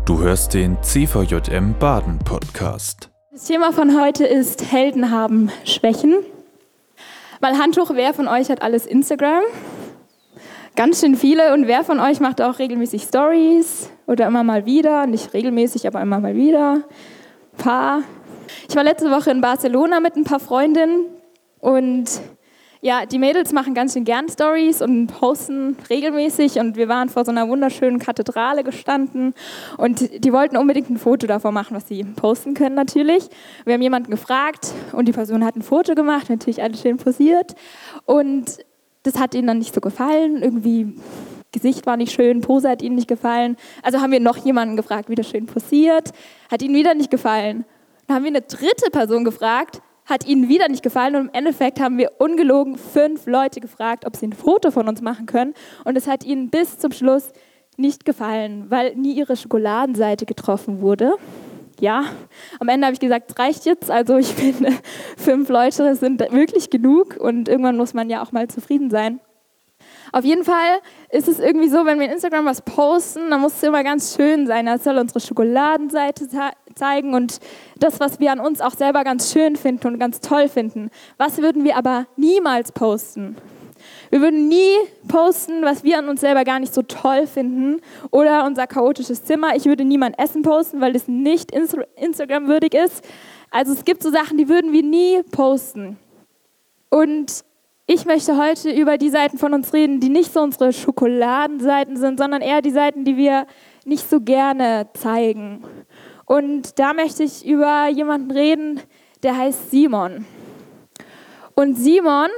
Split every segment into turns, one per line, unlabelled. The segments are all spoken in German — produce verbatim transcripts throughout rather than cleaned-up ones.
Du hörst den C V J M Baden Podcast.
Das Thema von heute ist Helden haben Schwächen. Mal Hand hoch, wer von euch hat alles Instagram? Ganz schön viele. Und wer von euch macht auch regelmäßig Stories? Oder immer mal wieder? Nicht regelmäßig, aber immer mal wieder. Ein paar. Ich war letzte Woche in Barcelona mit ein paar Freundinnen und ja, die Mädels machen ganz schön gern Stories und posten regelmäßig und wir waren vor so einer wunderschönen Kathedrale gestanden und die wollten unbedingt ein Foto davon machen, was sie posten können natürlich. Wir haben jemanden gefragt und die Person hat ein Foto gemacht, natürlich alles schön posiert und das hat ihnen dann nicht so gefallen, irgendwie Gesicht war nicht schön, Pose hat ihnen nicht gefallen. Also haben wir noch jemanden gefragt, wie das schön posiert, hat ihnen wieder nicht gefallen. Dann haben wir eine dritte Person gefragt, hat ihnen wieder nicht gefallen und im Endeffekt haben wir ungelogen fünf Leute gefragt, ob sie ein Foto von uns machen können und es hat ihnen bis zum Schluss nicht gefallen, weil nie ihre Schokoladenseite getroffen wurde. Ja, am Ende habe ich gesagt, es reicht jetzt, also ich finde, fünf Leute sind wirklich genug und irgendwann muss man ja auch mal zufrieden sein. Auf jeden Fall ist es irgendwie so, wenn wir in Instagram was posten, dann muss es immer ganz schön sein. Das soll unsere Schokoladenseite zeigen und das, was wir an uns auch selber ganz schön finden und ganz toll finden. Was würden wir aber niemals posten? Wir würden nie posten, was wir an uns selber gar nicht so toll finden oder unser chaotisches Zimmer. Ich würde nie mein Essen posten, weil es nicht Instagram-würdig ist. Also es gibt so Sachen, die würden wir nie posten. Und ich möchte heute über die Seiten von uns reden, die nicht so unsere Schokoladenseiten sind, sondern eher die Seiten, die wir nicht so gerne zeigen. Und da möchte ich über jemanden reden, der heißt Simon. Und Simon,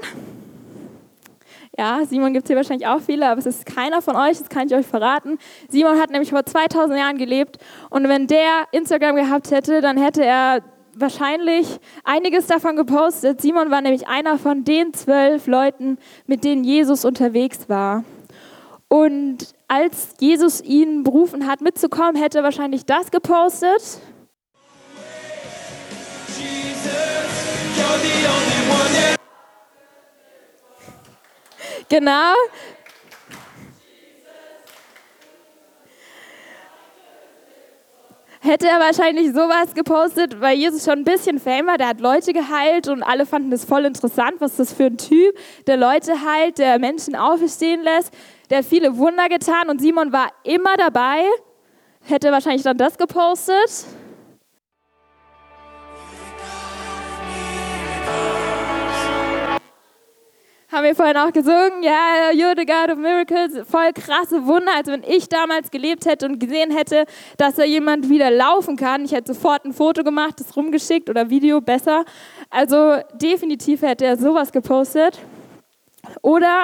ja, Simon gibt es hier wahrscheinlich auch viele, aber es ist keiner von euch, das kann ich euch verraten. Simon hat nämlich vor zweitausend Jahren gelebt und wenn der Instagram gehabt hätte, dann hätte er wahrscheinlich einiges davon gepostet. Simon war nämlich einer von den zwölf Leuten, mit denen Jesus unterwegs war. Und als Jesus ihn berufen hat, mitzukommen, hätte er wahrscheinlich das gepostet. Genau. Hätte er wahrscheinlich sowas gepostet, weil Jesus schon ein bisschen Fame war, der hat Leute geheilt und alle fanden das voll interessant, was ist das für ein Typ, der Leute heilt, der Menschen auferstehen lässt, der hat viele Wunder getan und Simon war immer dabei, hätte wahrscheinlich dann das gepostet. Haben wir vorhin auch gesungen, ja, you're the God of Miracles, voll krasse Wunder, als wenn ich damals gelebt hätte und gesehen hätte, dass da jemand wieder laufen kann. Ich hätte sofort ein Foto gemacht, das rumgeschickt oder Video, besser. Also definitiv hätte er sowas gepostet. Oder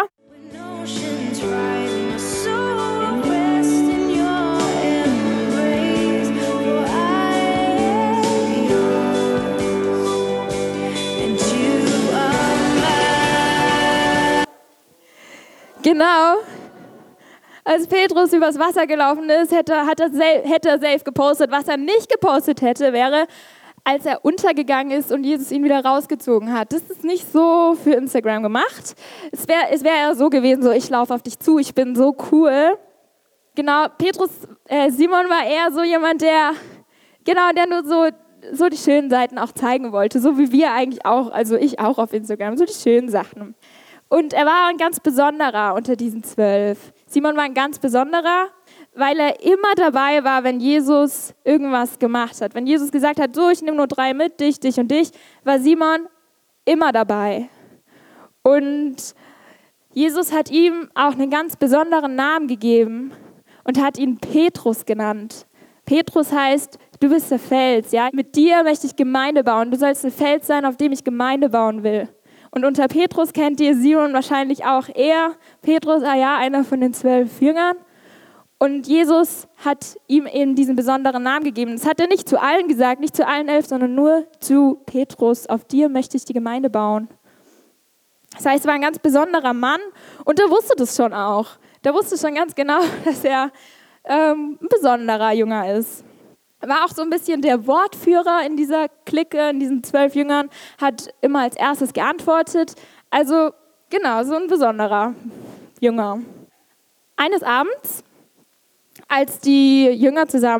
genau, als Petrus übers Wasser gelaufen ist, hätte, hat er, hätte er safe gepostet. Was er nicht gepostet hätte, wäre, als er untergegangen ist und Jesus ihn wieder rausgezogen hat. Das ist nicht so für Instagram gemacht. Es wäre es wär eher so gewesen, so ich laufe auf dich zu, ich bin so cool. Genau, Petrus, äh, Simon war eher so jemand, der, genau, der nur so, so die schönen Seiten auch zeigen wollte, so wie wir eigentlich auch, also ich auch auf Instagram, so die schönen Sachen. Und er war ein ganz besonderer unter diesen zwölf. Simon war ein ganz besonderer, weil er immer dabei war, wenn Jesus irgendwas gemacht hat. Wenn Jesus gesagt hat, so, ich nehme nur drei mit, dich, dich und dich, war Simon immer dabei. Und Jesus hat ihm auch einen ganz besonderen Namen gegeben und hat ihn Petrus genannt. Petrus heißt, du bist der Fels, ja? Mit dir möchte ich Gemeinde bauen. Du sollst ein Fels sein, auf dem ich Gemeinde bauen will. Und unter Petrus kennt ihr Simon wahrscheinlich auch eher. Petrus, ah ja, einer von den zwölf Jüngern. Und Jesus hat ihm eben diesen besonderen Namen gegeben. Das hat er nicht zu allen gesagt, nicht zu allen elf, sondern nur zu Petrus. Auf dir möchte ich die Gemeinde bauen. Das heißt, er war ein ganz besonderer Mann und er wusste das schon auch. Der wusste schon ganz genau, dass er ähm, ein besonderer Jünger ist. Er war auch so ein bisschen der Wortführer in dieser Clique, in diesen zwölf Jüngern, hat immer als erstes geantwortet. Also genau, so ein besonderer Jünger. Eines Abends, als die Jünger zusammen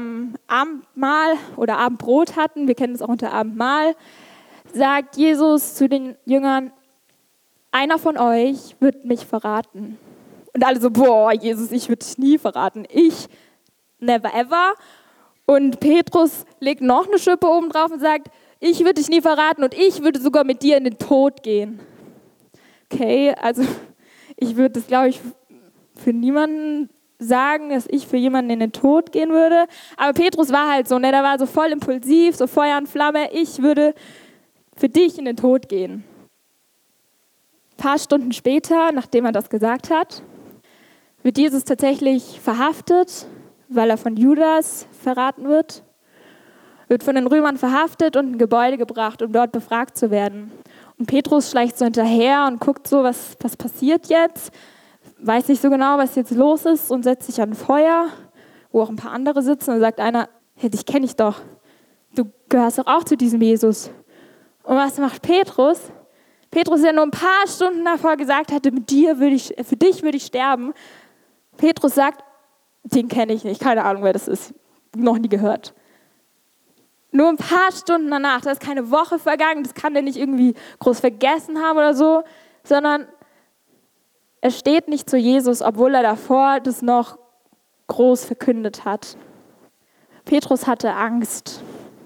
Abendmahl oder Abendbrot hatten, wir kennen es auch unter Abendmahl, sagt Jesus zu den Jüngern, einer von euch wird mich verraten. Und alle so, boah, Jesus, ich würde dich nie verraten. Ich, never ever. Und Petrus legt noch eine Schippe oben drauf und sagt, ich würde dich nie verraten und ich würde sogar mit dir in den Tod gehen. Okay, also ich würde das, glaube ich, für niemanden sagen, dass ich für jemanden in den Tod gehen würde. Aber Petrus war halt so, ne, der war so voll impulsiv, so Feuer und Flamme. Ich würde für dich in den Tod gehen. Ein paar Stunden später, nachdem er das gesagt hat, wird Jesus tatsächlich verhaftet, weil er von Judas verraten wird. Wird von den Römern verhaftet und in ein Gebäude gebracht, um dort befragt zu werden. Und Petrus schleicht so hinterher und guckt so, was, was passiert jetzt. Weiß nicht so genau, was jetzt los ist und setzt sich an ein Feuer, wo auch ein paar andere sitzen. Und sagt einer, hey, dich kenne ich doch. Du gehörst doch auch zu diesem Jesus. Und was macht Petrus? Petrus, der nur ein paar Stunden davor gesagt hatte, mit dir würde ich, für dich würde ich sterben. Petrus sagt, den kenne ich nicht, keine Ahnung, wer das ist. Noch nie gehört. Nur ein paar Stunden danach, da ist keine Woche vergangen, das kann der nicht irgendwie groß vergessen haben oder so, sondern er steht nicht zu Jesus, obwohl er davor das noch groß verkündet hat. Petrus hatte Angst.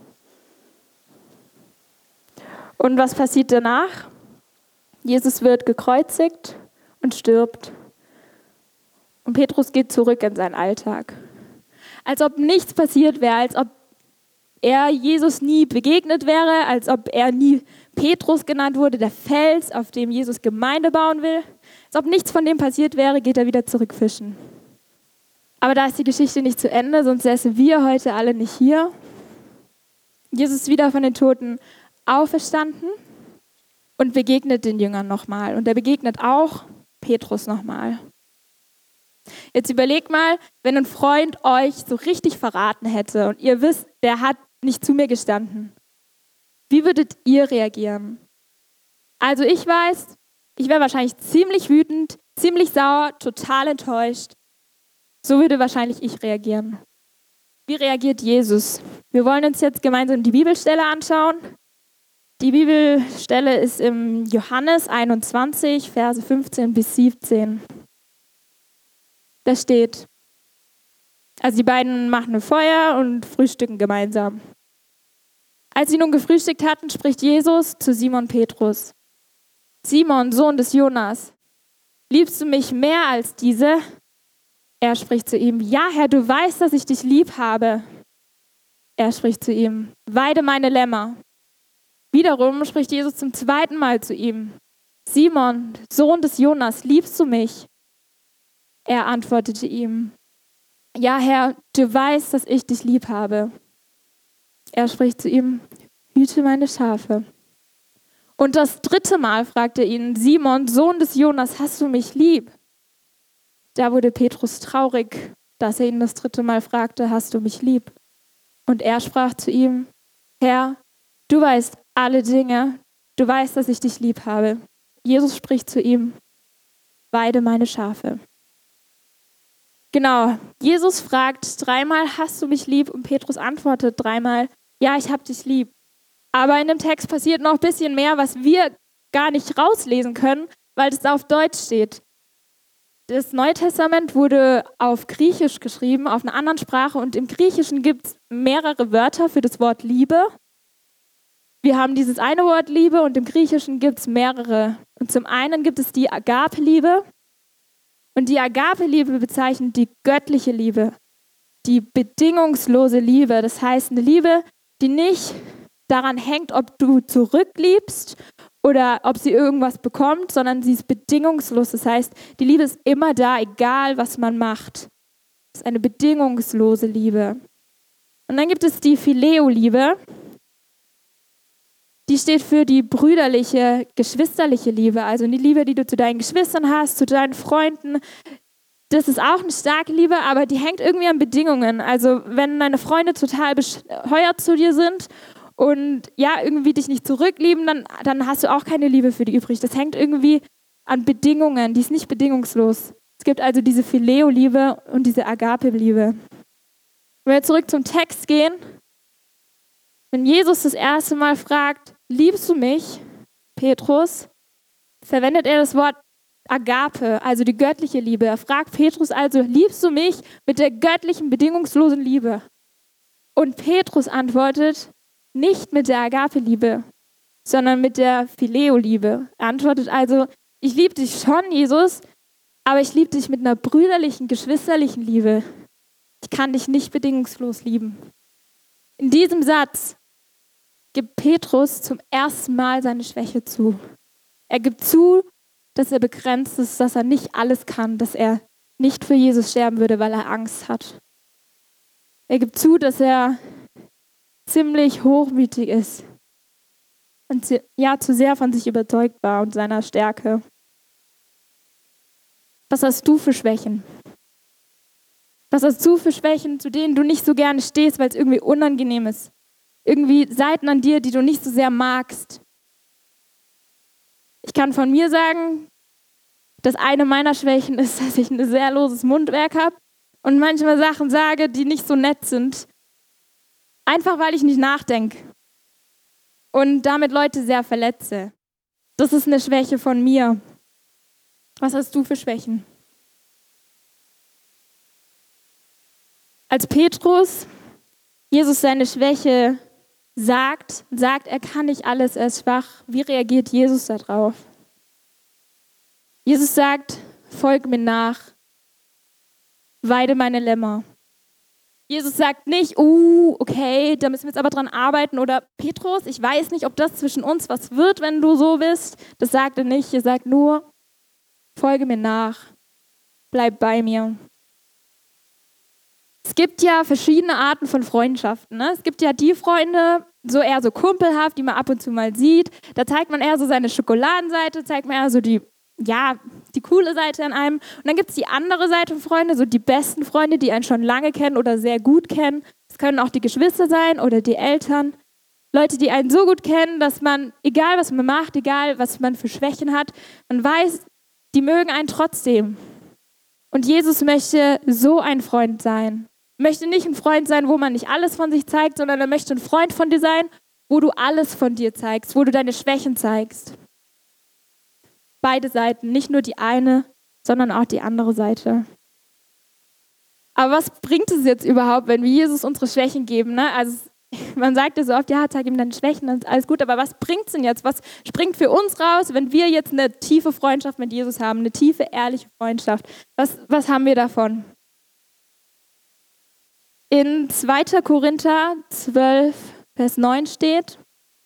Und was passiert danach? Jesus wird gekreuzigt und stirbt. Und Petrus geht zurück in seinen Alltag. Als ob nichts passiert wäre, als ob er Jesus nie begegnet wäre, als ob er nie Petrus genannt wurde, der Fels, auf dem Jesus Gemeinde bauen will. Als ob nichts von dem passiert wäre, geht er wieder zurück fischen. Aber da ist die Geschichte nicht zu Ende, sonst säßen wir heute alle nicht hier. Jesus ist wieder von den Toten auferstanden und begegnet den Jüngern nochmal. Und er begegnet auch Petrus nochmal. Jetzt überlegt mal, wenn ein Freund euch so richtig verraten hätte und ihr wisst, der hat nicht zu mir gestanden. Wie würdet ihr reagieren? Also ich weiß, ich wäre wahrscheinlich ziemlich wütend, ziemlich sauer, total enttäuscht. So würde wahrscheinlich ich reagieren. Wie reagiert Jesus? Wir wollen uns jetzt gemeinsam die Bibelstelle anschauen. Die Bibelstelle ist im Johannes einundzwanzig, Verse fünfzehn bis siebzehn. Da steht, also die beiden machen ein Feuer und frühstücken gemeinsam. Als sie nun gefrühstückt hatten, spricht Jesus zu Simon Petrus. Simon, Sohn des Jonas, liebst du mich mehr als diese? Er spricht zu ihm, ja Herr, du weißt, dass ich dich lieb habe. Er spricht zu ihm, weide meine Lämmer. Wiederum spricht Jesus zum zweiten Mal zu ihm, Simon, Sohn des Jonas, liebst du mich? Er antwortete ihm, ja Herr, du weißt, dass ich dich lieb habe. Er spricht zu ihm, hüte meine Schafe. Und das dritte Mal fragte er ihn, Simon, Sohn des Jonas, hast du mich lieb? Da wurde Petrus traurig, dass er ihn das dritte Mal fragte, hast du mich lieb? Und er sprach zu ihm, Herr, du weißt alle Dinge, du weißt, dass ich dich lieb habe. Jesus spricht zu ihm, weide meine Schafe. Genau, Jesus fragt dreimal, hast du mich lieb? Und Petrus antwortet dreimal, ja, ich hab dich lieb. Aber in dem Text passiert noch ein bisschen mehr, was wir gar nicht rauslesen können, weil es auf Deutsch steht. Das Neue Testament wurde auf Griechisch geschrieben, auf einer anderen Sprache, und im Griechischen gibt es mehrere Wörter für das Wort Liebe. Wir haben dieses eine Wort Liebe und im Griechischen gibt es mehrere. Und zum einen gibt es die Agape-Liebe. Und die Agape-Liebe bezeichnet die göttliche Liebe, die bedingungslose Liebe. Das heißt, eine Liebe, die nicht daran hängt, ob du zurückliebst oder ob sie irgendwas bekommt, sondern sie ist bedingungslos. Das heißt, die Liebe ist immer da, egal was man macht. Das ist eine bedingungslose Liebe. Und dann gibt es die Phileo-Liebe. Die steht für die brüderliche, geschwisterliche Liebe, also die Liebe, die du zu deinen Geschwistern hast, zu deinen Freunden. Das ist auch eine starke Liebe, aber die hängt irgendwie an Bedingungen. Also wenn deine Freunde total bescheuert zu dir sind und ja, irgendwie dich nicht zurücklieben, dann, dann hast du auch keine Liebe für die übrig. Das hängt irgendwie an Bedingungen, die ist nicht bedingungslos. Es gibt also diese Phileo-Liebe und diese Agape-Liebe. Wenn wir zurück zum Text gehen, wenn Jesus das erste Mal fragt, liebst du mich, Petrus, verwendet er das Wort Agape, also die göttliche Liebe. Er fragt Petrus also, liebst du mich mit der göttlichen, bedingungslosen Liebe? Und Petrus antwortet, nicht mit der Agape-Liebe, sondern mit der Phileo-Liebe. Er antwortet also, ich liebe dich schon, Jesus, aber ich liebe dich mit einer brüderlichen, geschwisterlichen Liebe. Ich kann dich nicht bedingungslos lieben. In diesem Satz gibt Petrus zum ersten Mal seine Schwäche zu. Er gibt zu, dass er begrenzt ist, dass er nicht alles kann, dass er nicht für Jesus sterben würde, weil er Angst hat. Er gibt zu, dass er ziemlich hochmütig ist und ja, zu sehr von sich überzeugt war und seiner Stärke. Was hast du für Schwächen? Was hast du für Schwächen, zu denen du nicht so gerne stehst, weil es irgendwie unangenehm ist? Irgendwie Seiten an dir, die du nicht so sehr magst. Ich kann von mir sagen, dass eine meiner Schwächen ist, dass ich ein sehr loses Mundwerk habe und manchmal Sachen sage, die nicht so nett sind. Einfach weil ich nicht nachdenke und damit Leute sehr verletze. Das ist eine Schwäche von mir. Was hast du für Schwächen? Als Petrus Jesus seine Schwäche sagt, sagt, er kann nicht alles, er ist schwach. Wie reagiert Jesus darauf? Jesus sagt, folg mir nach, weide meine Lämmer. Jesus sagt nicht, uh, okay, da müssen wir jetzt aber dran arbeiten. Oder Petrus, ich weiß nicht, ob das zwischen uns was wird, wenn du so bist. Das sagt er nicht. Er sagt nur, folge mir nach, bleib bei mir. Es gibt ja verschiedene Arten von Freundschaften. Ne? Es gibt ja die Freunde, so eher so kumpelhaft, die man ab und zu mal sieht. Da zeigt man eher so seine Schokoladenseite, zeigt man eher so die, ja, die coole Seite an einem. Und dann gibt es die andere Seite von Freunden, so die besten Freunde, die einen schon lange kennen oder sehr gut kennen. Es können auch die Geschwister sein oder die Eltern. Leute, die einen so gut kennen, dass man, egal was man macht, egal was man für Schwächen hat, man weiß, die mögen einen trotzdem. Und Jesus möchte so ein Freund sein. Er möchte nicht ein Freund sein, wo man nicht alles von sich zeigt, sondern er möchte ein Freund von dir sein, wo du alles von dir zeigst, wo du deine Schwächen zeigst. Beide Seiten, nicht nur die eine, sondern auch die andere Seite. Aber was bringt es jetzt überhaupt, wenn wir Jesus unsere Schwächen geben? Ne? Also man sagt ja so oft, ja, zeig ihm deine Schwächen, dann ist alles gut, aber was bringt es denn jetzt? Was springt für uns raus, wenn wir jetzt eine tiefe Freundschaft mit Jesus haben, eine tiefe, ehrliche Freundschaft? Was, was haben wir davon? In zweiter Korinther zwölf, Vers neun steht,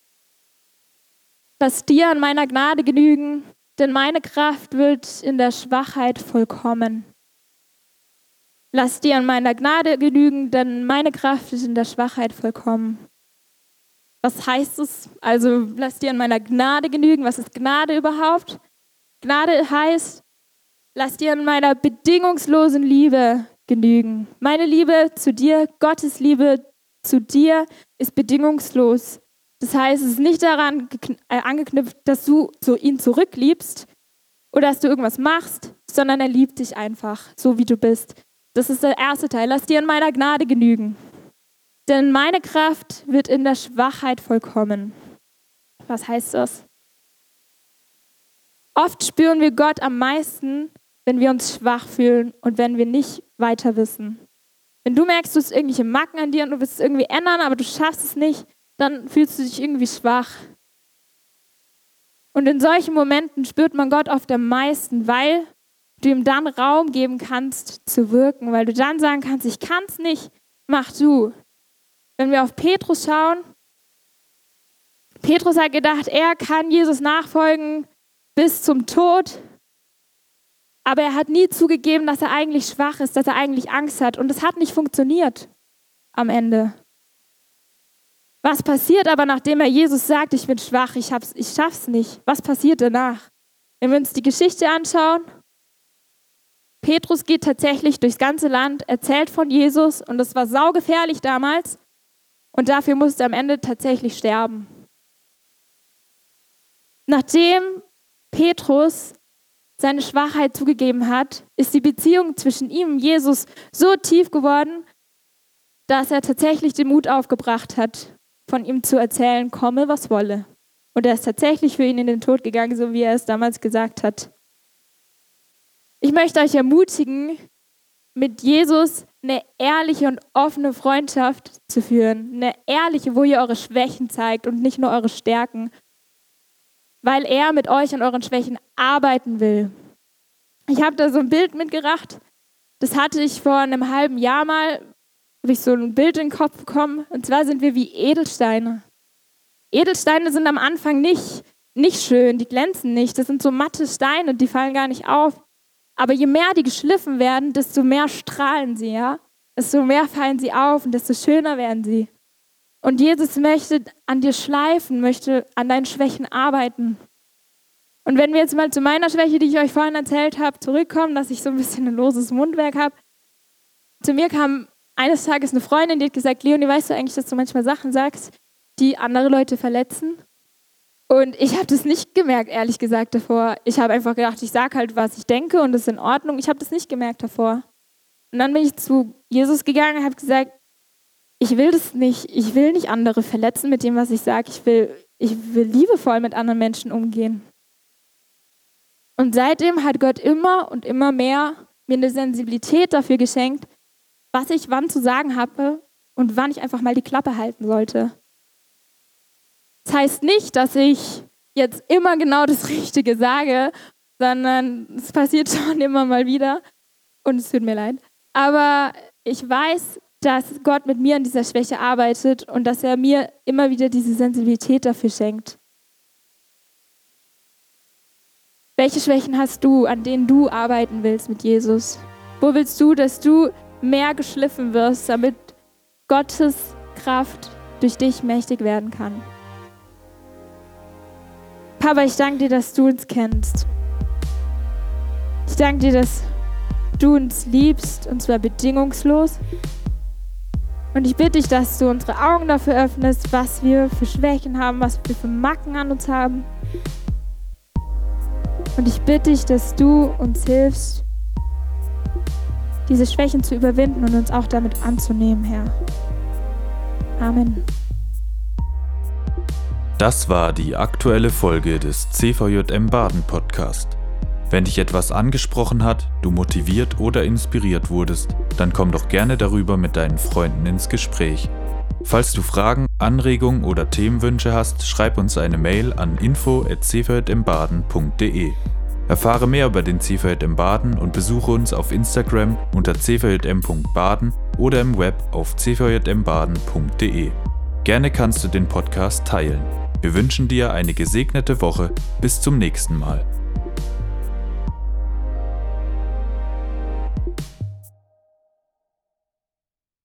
lass dir an meiner Gnade genügen, denn meine Kraft wird in der Schwachheit vollkommen. Lass dir an meiner Gnade genügen, denn meine Kraft ist in der Schwachheit vollkommen. Was heißt es? Also lass dir an meiner Gnade genügen. Was ist Gnade überhaupt? Gnade heißt, lass dir an meiner bedingungslosen Liebe genügen. Meine Liebe zu dir, Gottes Liebe zu dir ist bedingungslos. Das heißt, es ist nicht daran äh, angeknüpft, dass du so ihn zurückliebst oder dass du irgendwas machst, sondern er liebt dich einfach, so wie du bist. Das ist der erste Teil. Lass dir an meiner Gnade genügen. Denn meine Kraft wird in der Schwachheit vollkommen. Was heißt das? Oft spüren wir Gott am meisten, wenn wir uns schwach fühlen und wenn wir nicht weiter wissen. Wenn du merkst, du hast irgendwelche Macken an dir und du willst es irgendwie ändern, aber du schaffst es nicht, dann fühlst du dich irgendwie schwach. Und in solchen Momenten spürt man Gott oft am meisten, weil du ihm dann Raum geben kannst zu wirken, weil du dann sagen kannst, ich kann es nicht, mach du. Wenn wir auf Petrus schauen, Petrus hat gedacht, er kann Jesus nachfolgen bis zum Tod, aber er hat nie zugegeben, dass er eigentlich schwach ist, dass er eigentlich Angst hat und es hat nicht funktioniert am Ende. Was passiert aber, nachdem er Jesus sagt, ich bin schwach, ich, hab's, ich schaff's nicht? Was passiert danach? Wenn wir uns die Geschichte anschauen, Petrus geht tatsächlich durchs ganze Land, erzählt von Jesus und es war saugefährlich damals und dafür musste er am Ende tatsächlich sterben. Nachdem Petrus seine Schwachheit zugegeben hat, ist die Beziehung zwischen ihm und Jesus so tief geworden, dass er tatsächlich den Mut aufgebracht hat, von ihm zu erzählen, komme, was wolle. Und er ist tatsächlich für ihn in den Tod gegangen, so wie er es damals gesagt hat. Ich möchte euch ermutigen, mit Jesus eine ehrliche und offene Freundschaft zu führen. Eine ehrliche, wo ihr eure Schwächen zeigt und nicht nur eure Stärken. Weil er mit euch an euren Schwächen arbeiten will. Ich habe da so ein Bild mitgebracht. Das hatte ich vor einem halben Jahr mal, habe ich so ein Bild in den Kopf bekommen. Und zwar sind wir wie Edelsteine. Edelsteine sind am Anfang nicht, nicht schön, die glänzen nicht. Das sind so matte Steine, die fallen gar nicht auf. Aber je mehr die geschliffen werden, desto mehr strahlen sie, ja? Desto mehr fallen sie auf und desto schöner werden sie. Und Jesus möchte an dir schleifen, möchte an deinen Schwächen arbeiten. Und wenn wir jetzt mal zu meiner Schwäche, die ich euch vorhin erzählt habe, zurückkommen, dass ich so ein bisschen ein loses Mundwerk habe. Zu mir kam eines Tages eine Freundin, die hat gesagt, Leonie, weißt du eigentlich, dass du manchmal Sachen sagst, die andere Leute verletzen? Und ich habe das nicht gemerkt, ehrlich gesagt, davor. Ich habe einfach gedacht, ich sage halt, was ich denke und das ist in Ordnung. Ich habe das nicht gemerkt davor. Und dann bin ich zu Jesus gegangen und habe gesagt, ich will das nicht. Ich will nicht andere verletzen mit dem, was ich sage. Ich will, ich will liebevoll mit anderen Menschen umgehen. Und seitdem hat Gott immer und immer mehr mir eine Sensibilität dafür geschenkt, was ich wann zu sagen habe und wann ich einfach mal die Klappe halten sollte. Das heißt nicht, dass ich jetzt immer genau das Richtige sage, sondern es passiert schon immer mal wieder und es tut mir leid. Aber ich weiß, dass Gott mit mir an dieser Schwäche arbeitet und dass er mir immer wieder diese Sensibilität dafür schenkt. Welche Schwächen hast du, an denen du arbeiten willst mit Jesus? Wo willst du, dass du mehr geschliffen wirst, damit Gottes Kraft durch dich mächtig werden kann? Papa, ich danke dir, dass du uns kennst. Ich danke dir, dass du uns liebst, und zwar bedingungslos. Und ich bitte dich, dass du unsere Augen dafür öffnest, was wir für Schwächen haben, was wir für Macken an uns haben. Und ich bitte dich, dass du uns hilfst, diese Schwächen zu überwinden und uns auch damit anzunehmen, Herr. Amen.
Das war die aktuelle Folge des C V J M Baden Podcast. Wenn dich etwas angesprochen hat, du motiviert oder inspiriert wurdest, dann komm doch gerne darüber mit deinen Freunden ins Gespräch. Falls du Fragen, Anregungen oder Themenwünsche hast, schreib uns eine Mail an info at c v j m baden punkt d e. Erfahre mehr über den C V J M Baden und besuche uns auf Instagram unter c v j m punkt baden oder im Web auf c v j m baden punkt d e. Gerne kannst du den Podcast teilen. Wir wünschen dir eine gesegnete Woche. Bis zum nächsten Mal.